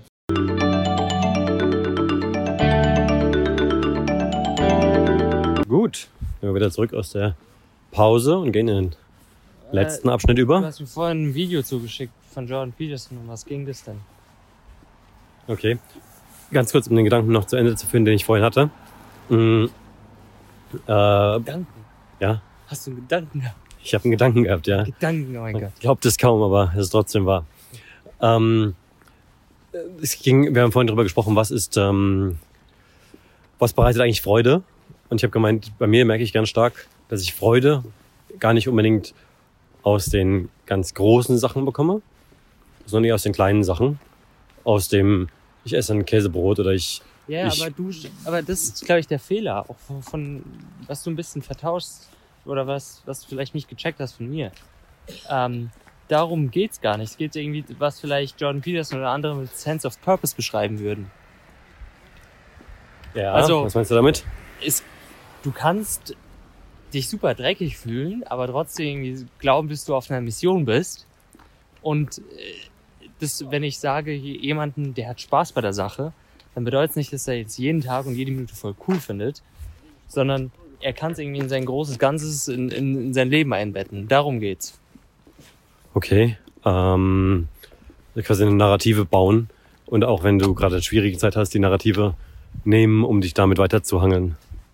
Gut, gehen wir wieder zurück aus der Pause und gehen in den letzten äh, Abschnitt über. Du hast mir vorhin ein Video zugeschickt von Jordan Peterson. Um was ging das denn? Okay, ganz kurz, um den Gedanken noch zu Ende zu führen, den ich vorhin hatte. Mhm. Äh, Gedanken? Ja. Hast du einen Gedanken gehabt? Ich habe einen Gedanken gehabt, ja. Gedanken, oh mein Gott. Ich glaube das kaum, aber es ist trotzdem wahr. Ähm, es ging, wir haben vorhin darüber gesprochen, was ist, ähm, was bereitet eigentlich Freude? Und ich habe gemeint, bei mir merke ich ganz stark, dass ich Freude gar nicht unbedingt aus den ganz großen Sachen bekomme, sondern eher aus den kleinen Sachen. Aus dem, ich esse ein Käsebrot oder ich... Ja, ich, aber du, aber das ist, glaube ich, der Fehler, auch von, von was du ein bisschen vertauschst oder was, was du vielleicht nicht gecheckt hast von mir. Ähm, darum geht's gar nicht. Es geht irgendwie, was vielleicht Jordan Peterson oder andere mit Sense of Purpose beschreiben würden. Ja, also, was meinst du damit? Ist, du kannst dich super dreckig fühlen, aber trotzdem irgendwie glauben, dass du auf einer Mission bist. Und das, wenn ich sage, jemanden, der hat Spaß bei der Sache, dann bedeutet es nicht, dass er jetzt jeden Tag und jede Minute voll cool findet, sondern er kann es irgendwie in sein großes Ganzes, in, in, in sein Leben einbetten. Darum geht's. Okay, ähm, quasi eine Narrative bauen und auch wenn du gerade eine schwierige Zeit hast, die Narrative nehmen, um dich damit weiterzuhangeln.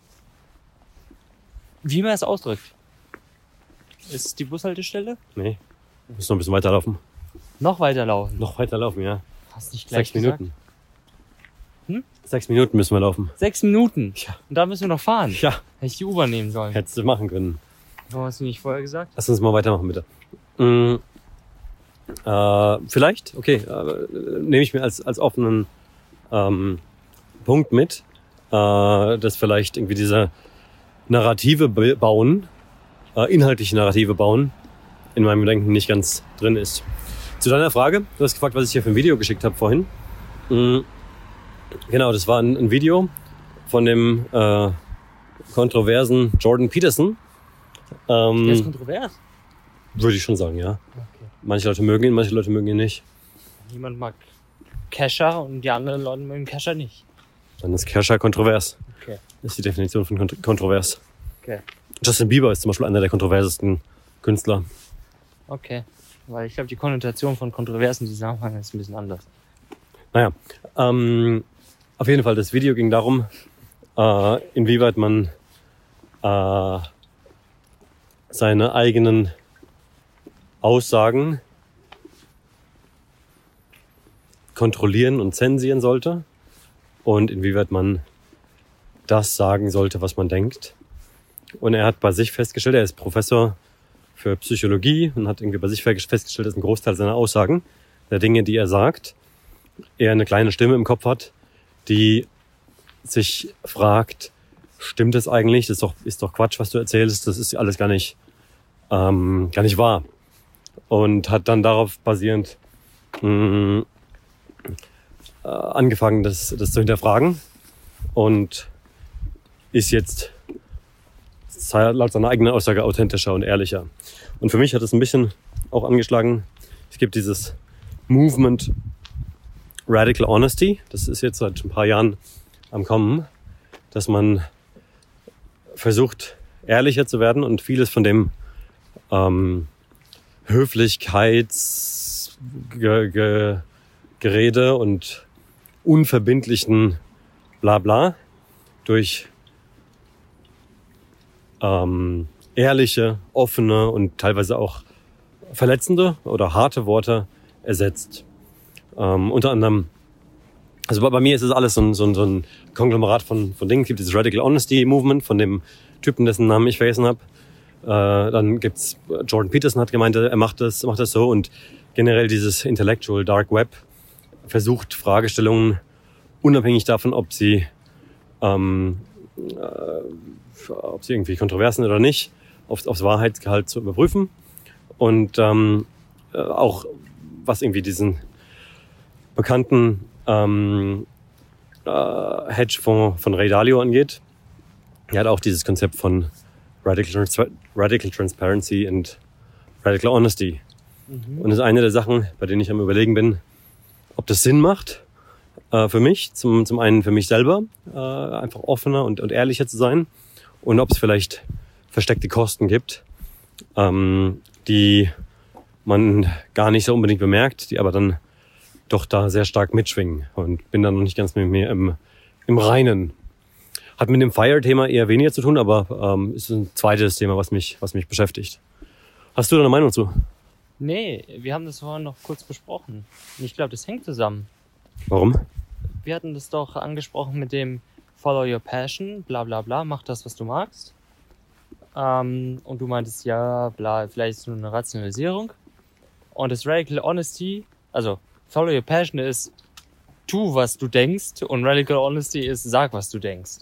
Wie man es ausdrückt. Ist es die Bushaltestelle? Nee, du musst noch ein bisschen weiterlaufen. Noch weiterlaufen? Noch weiterlaufen, ja. Hast nicht gleich Sechs Minuten. Hm? Sechs Minuten müssen wir laufen. Sechs Minuten? Ja. Und da müssen wir noch fahren? Ja. Hätte ich die U-Bahn nehmen sollen. Hättest du machen können. Warum hast du nicht vorher gesagt? Lass uns mal weitermachen, bitte. Mhm. Äh, vielleicht, okay, äh, nehme ich mir als, als offenen ähm, Punkt mit, äh, dass vielleicht irgendwie diese Narrative bauen, äh, inhaltliche Narrative bauen, in meinem Denken nicht ganz drin ist. Zu deiner Frage, du hast gefragt, was ich hier für ein Video geschickt habe vorhin. Mhm. Genau, das war ein, ein Video von dem äh, kontroversen Jordan Peterson. Ähm, Der ist kontrovers? Würde ich schon sagen, ja. Okay. Manche Leute mögen ihn, manche Leute mögen ihn nicht. Niemand mag Kesha und die anderen Leute mögen Kesha nicht. Dann ist Kesha kontrovers. Okay. Das ist die Definition von kont- kontrovers. Okay. Justin Bieber ist zum Beispiel einer der kontroversesten Künstler. Okay. Weil ich glaube, die Konnotation von kontroversen Zusammenhang ist ein bisschen anders. Naja, ähm, auf jeden Fall, das Video ging darum, äh, inwieweit man äh, seine eigenen Aussagen kontrollieren und zensieren sollte und inwieweit man das sagen sollte, was man denkt. Und er hat bei sich festgestellt, er ist Professor für Psychologie und hat irgendwie bei sich festgestellt, dass ein Großteil seiner Aussagen, der Dinge, die er sagt, er eine kleine Stimme im Kopf hat, die sich fragt, stimmt das eigentlich? Das ist doch, ist doch Quatsch, was du erzählst. Das ist alles gar nicht, ähm, gar nicht wahr. Und hat dann darauf basierend mh, äh, angefangen, das, das zu hinterfragen und ist jetzt laut seiner eigenen Aussage authentischer und ehrlicher. Und für mich hat es ein bisschen auch angeschlagen, es gibt dieses Movement Radical Honesty, das ist jetzt seit ein paar Jahren am Kommen, dass man versucht, ehrlicher zu werden und vieles von dem ähm, Höflichkeitsgerede und unverbindlichen Blabla durch ähm, ehrliche, offene und teilweise auch verletzende oder harte Worte ersetzt. Ähm, unter anderem, also bei, bei mir ist es alles so ein, so ein, so ein Konglomerat von, von Dingen. Es gibt dieses Radical Honesty Movement von dem Typen, dessen Namen ich vergessen habe. Äh, dann gibt's, Jordan Peterson hat gemeint, er macht das, macht das so, und generell dieses Intellectual Dark Web versucht Fragestellungen unabhängig davon, ob sie ähm, äh, ob sie irgendwie kontrovers sind oder nicht, aufs, aufs Wahrheitsgehalt zu überprüfen. Und ähm, äh, auch was irgendwie diesen bekannten ähm, äh, Hedgefonds von Ray Dalio angeht. Er hat auch dieses Konzept von Radical, Trans- Radical Transparency und Radical Honesty. Mhm. Und das ist eine der Sachen, bei denen ich am Überlegen bin, ob das Sinn macht äh, für mich. Zum, zum einen für mich selber, äh, einfach offener und, und ehrlicher zu sein. Und ob es vielleicht versteckte Kosten gibt, ähm, die man gar nicht so unbedingt bemerkt, die aber dann doch da sehr stark mitschwingen. Und bin dann noch nicht ganz mit mir im, im Reinen. Hat mit dem Fire-Thema eher weniger zu tun, aber ähm, ist ein zweites Thema, was mich, was mich beschäftigt. Hast du da eine Meinung zu? Nee, wir haben das vorhin noch kurz besprochen. Und ich glaube, das hängt zusammen. Warum? Wir hatten das doch angesprochen mit dem Follow your passion, bla bla bla, mach das, was du magst. Ähm, und du meintest, ja, bla, vielleicht ist es nur eine Rationalisierung. Und das Radical Honesty, also Follow your passion ist, tu, was du denkst, und Radical Honesty ist, sag, was du denkst.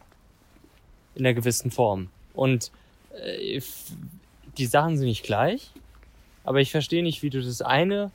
In einer gewissen Form. Und äh, die Sachen sind nicht gleich, aber ich verstehe nicht, wie du das eine,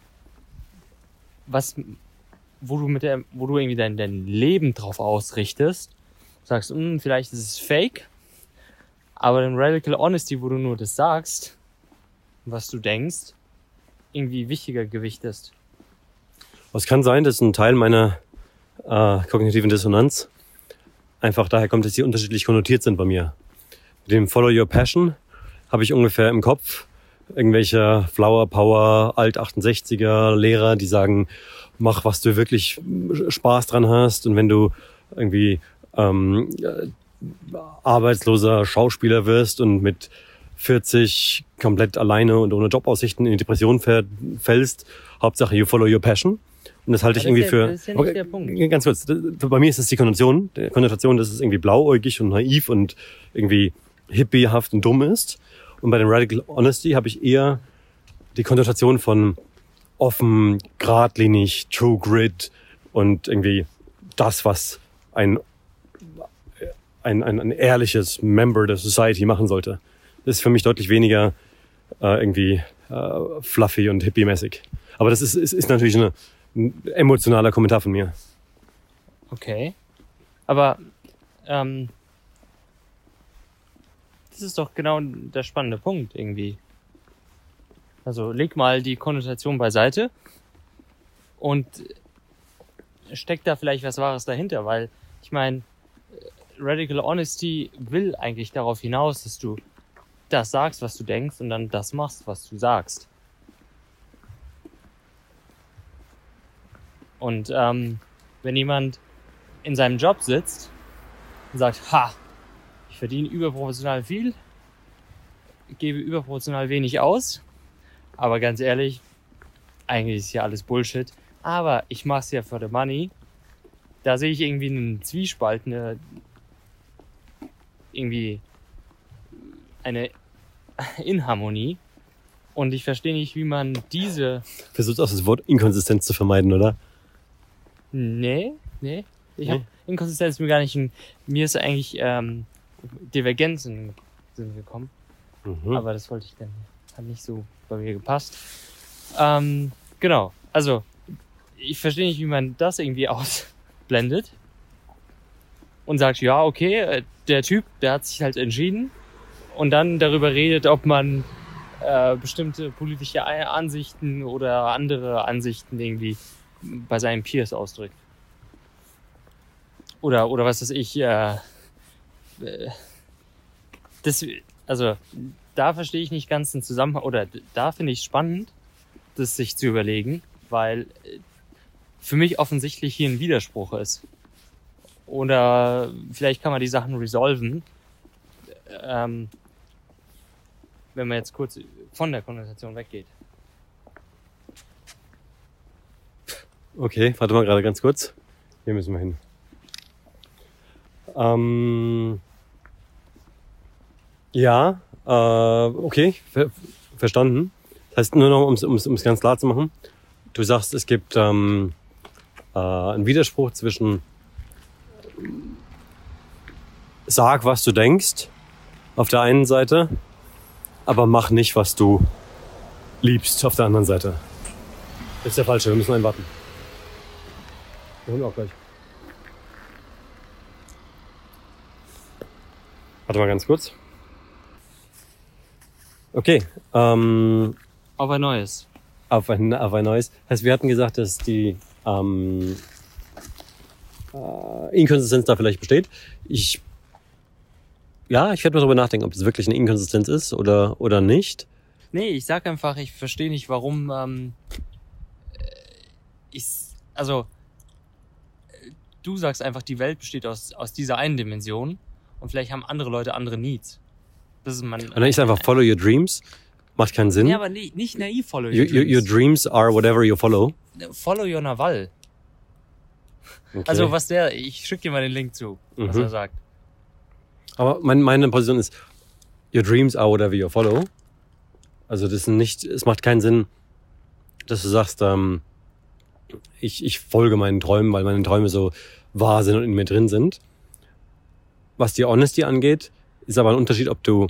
was, wo du mit der, wo du irgendwie dein, dein Leben drauf ausrichtest, sagst, hm, vielleicht ist es fake, aber im Radical Honesty, wo du nur das sagst, was du denkst, irgendwie wichtiger gewichtest. Es kann sein, dass ein Teil meiner äh, kognitiven Dissonanz einfach daher kommt, dass sie unterschiedlich konnotiert sind bei mir. Mit dem Follow Your Passion habe ich ungefähr im Kopf irgendwelche Flower Power Alt achtundsechziger Lehrer, die sagen, mach, was du wirklich Spaß dran hast, und wenn du irgendwie ähm, arbeitsloser Schauspieler wirst und mit vierzig komplett alleine und ohne Jobaussichten in die Depression fällst, Hauptsache you follow your passion. Und das halte ich irgendwie für... Das ist ja nicht der Punkt. Ganz kurz, bei mir ist es die Konnotation, die Konnotation, dass es irgendwie blauäugig und naiv und irgendwie hippiehaft und dumm ist. Und bei dem Radical Honesty habe ich eher die Konnotation von offen, geradlinig, True Grit und irgendwie das, was ein, ein, ein, ein ehrliches Member der Society machen sollte. Das ist für mich deutlich weniger äh, irgendwie äh, fluffy und hippie-mäßig. Aber das ist, ist, ist natürlich eine, ein emotionaler Kommentar von mir. Okay. Aber ähm, das ist doch genau der spannende Punkt irgendwie. Also leg mal die Konnotation beiseite und steckt da vielleicht was Wahres dahinter, weil ich meine, Radical Honesty will eigentlich darauf hinaus, dass du das sagst, was du denkst, und dann das machst, was du sagst. Und ähm, wenn jemand in seinem Job sitzt und sagt, ha, ich verdiene überproportional viel, gebe überproportional wenig aus, aber ganz ehrlich, eigentlich ist ja alles Bullshit, aber ich mach's ja for the money, da sehe ich irgendwie einen Zwiespalt, eine irgendwie eine Inharmonie, und ich verstehe nicht, wie man diese... Versuchst auch das Wort Inkonsistenz zu vermeiden, oder? Nee, nee. Ich nee. habe Inkonsistenz mir gar nicht... In, mir ist eigentlich ähm, Divergenz in den Sinn gekommen. Mhm. Aber das wollte ich dann... Hat nicht so bei mir gepasst. Ähm, genau. Also, ich verstehe nicht, wie man das irgendwie ausblendet und sagt, ja, okay, der Typ, der hat sich halt entschieden und dann darüber redet, ob man äh, bestimmte politische Ansichten oder andere Ansichten irgendwie bei seinen Peers ausdrückt. Oder, oder was weiß ich, äh, das, also, da verstehe ich nicht ganz den Zusammenhang, oder da finde ich es spannend, das sich zu überlegen, weil für mich offensichtlich hier ein Widerspruch ist. Oder vielleicht kann man die Sachen resolven, ähm, wenn man jetzt kurz von der Konversation weggeht. Okay, warte mal gerade ganz kurz. Hier müssen wir hin. Ähm, ja, äh, okay, ver- verstanden. Das heißt, nur noch, um es ganz klar zu machen, du sagst, es gibt ähm, äh, einen Widerspruch zwischen sag, was du denkst, auf der einen Seite, aber mach nicht, was du liebst, auf der anderen Seite. Das ist der falsche, wir müssen einen warten. Wir holen auch gleich. Warte mal ganz kurz. Okay, ähm... Auf ein neues. Auf ein, auf ein neues. Das heißt, wir hatten gesagt, dass die ähm, äh, Inkonsistenz da vielleicht besteht. Ich, ja, ich werde mal darüber nachdenken, ob das wirklich eine Inkonsistenz ist oder, oder nicht. Nee, ich sag einfach, ich verstehe nicht, warum ähm, ich, also du sagst einfach, die Welt besteht aus, aus dieser einen Dimension und vielleicht haben andere Leute andere Needs. Das ist mein... Und dann ist einfach follow your dreams. Macht keinen Sinn. Ja, aber nicht, nicht naiv follow your your, dreams. your, your dreams are whatever you follow. Follow your Naval. Okay. Also was der, ich schicke dir mal den Link zu, was Mhm. er sagt. Aber mein, meine Position ist, your dreams are whatever you follow. Also das ist nicht, es macht keinen Sinn, dass du sagst, ähm, ich, ich folge meinen Träumen, weil meine Träume so wahr sind und in mir drin sind. Was die Honesty angeht, ist aber ein Unterschied, ob du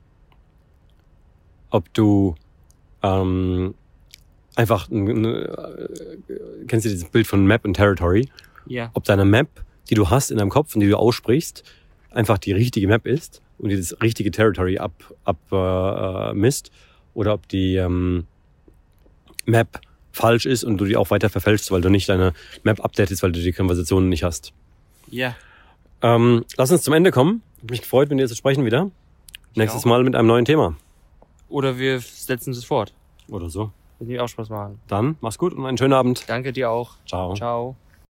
ob du ähm, einfach, eine, kennst du dieses Bild von Map und Territory? Ja. Ob deine Map, die du hast in deinem Kopf und die du aussprichst, einfach die richtige Map ist und die das richtige Territory ab, ab äh, misst, oder ob die ähm, Map falsch ist und du die auch weiter verfälschst, weil du nicht deine Map updatest, weil du die Konversationen nicht hast. Ja. Ähm, lass uns zum Ende kommen. Ich habe mich gefreut, mit dir zu sprechen wieder. Ich Nächstes auch. Mal mit einem neuen Thema. Oder wir setzen es fort. Oder so. Wird mir auch Spaß machen. Dann mach's gut und einen schönen Abend. Danke dir auch. Ciao. Ciao.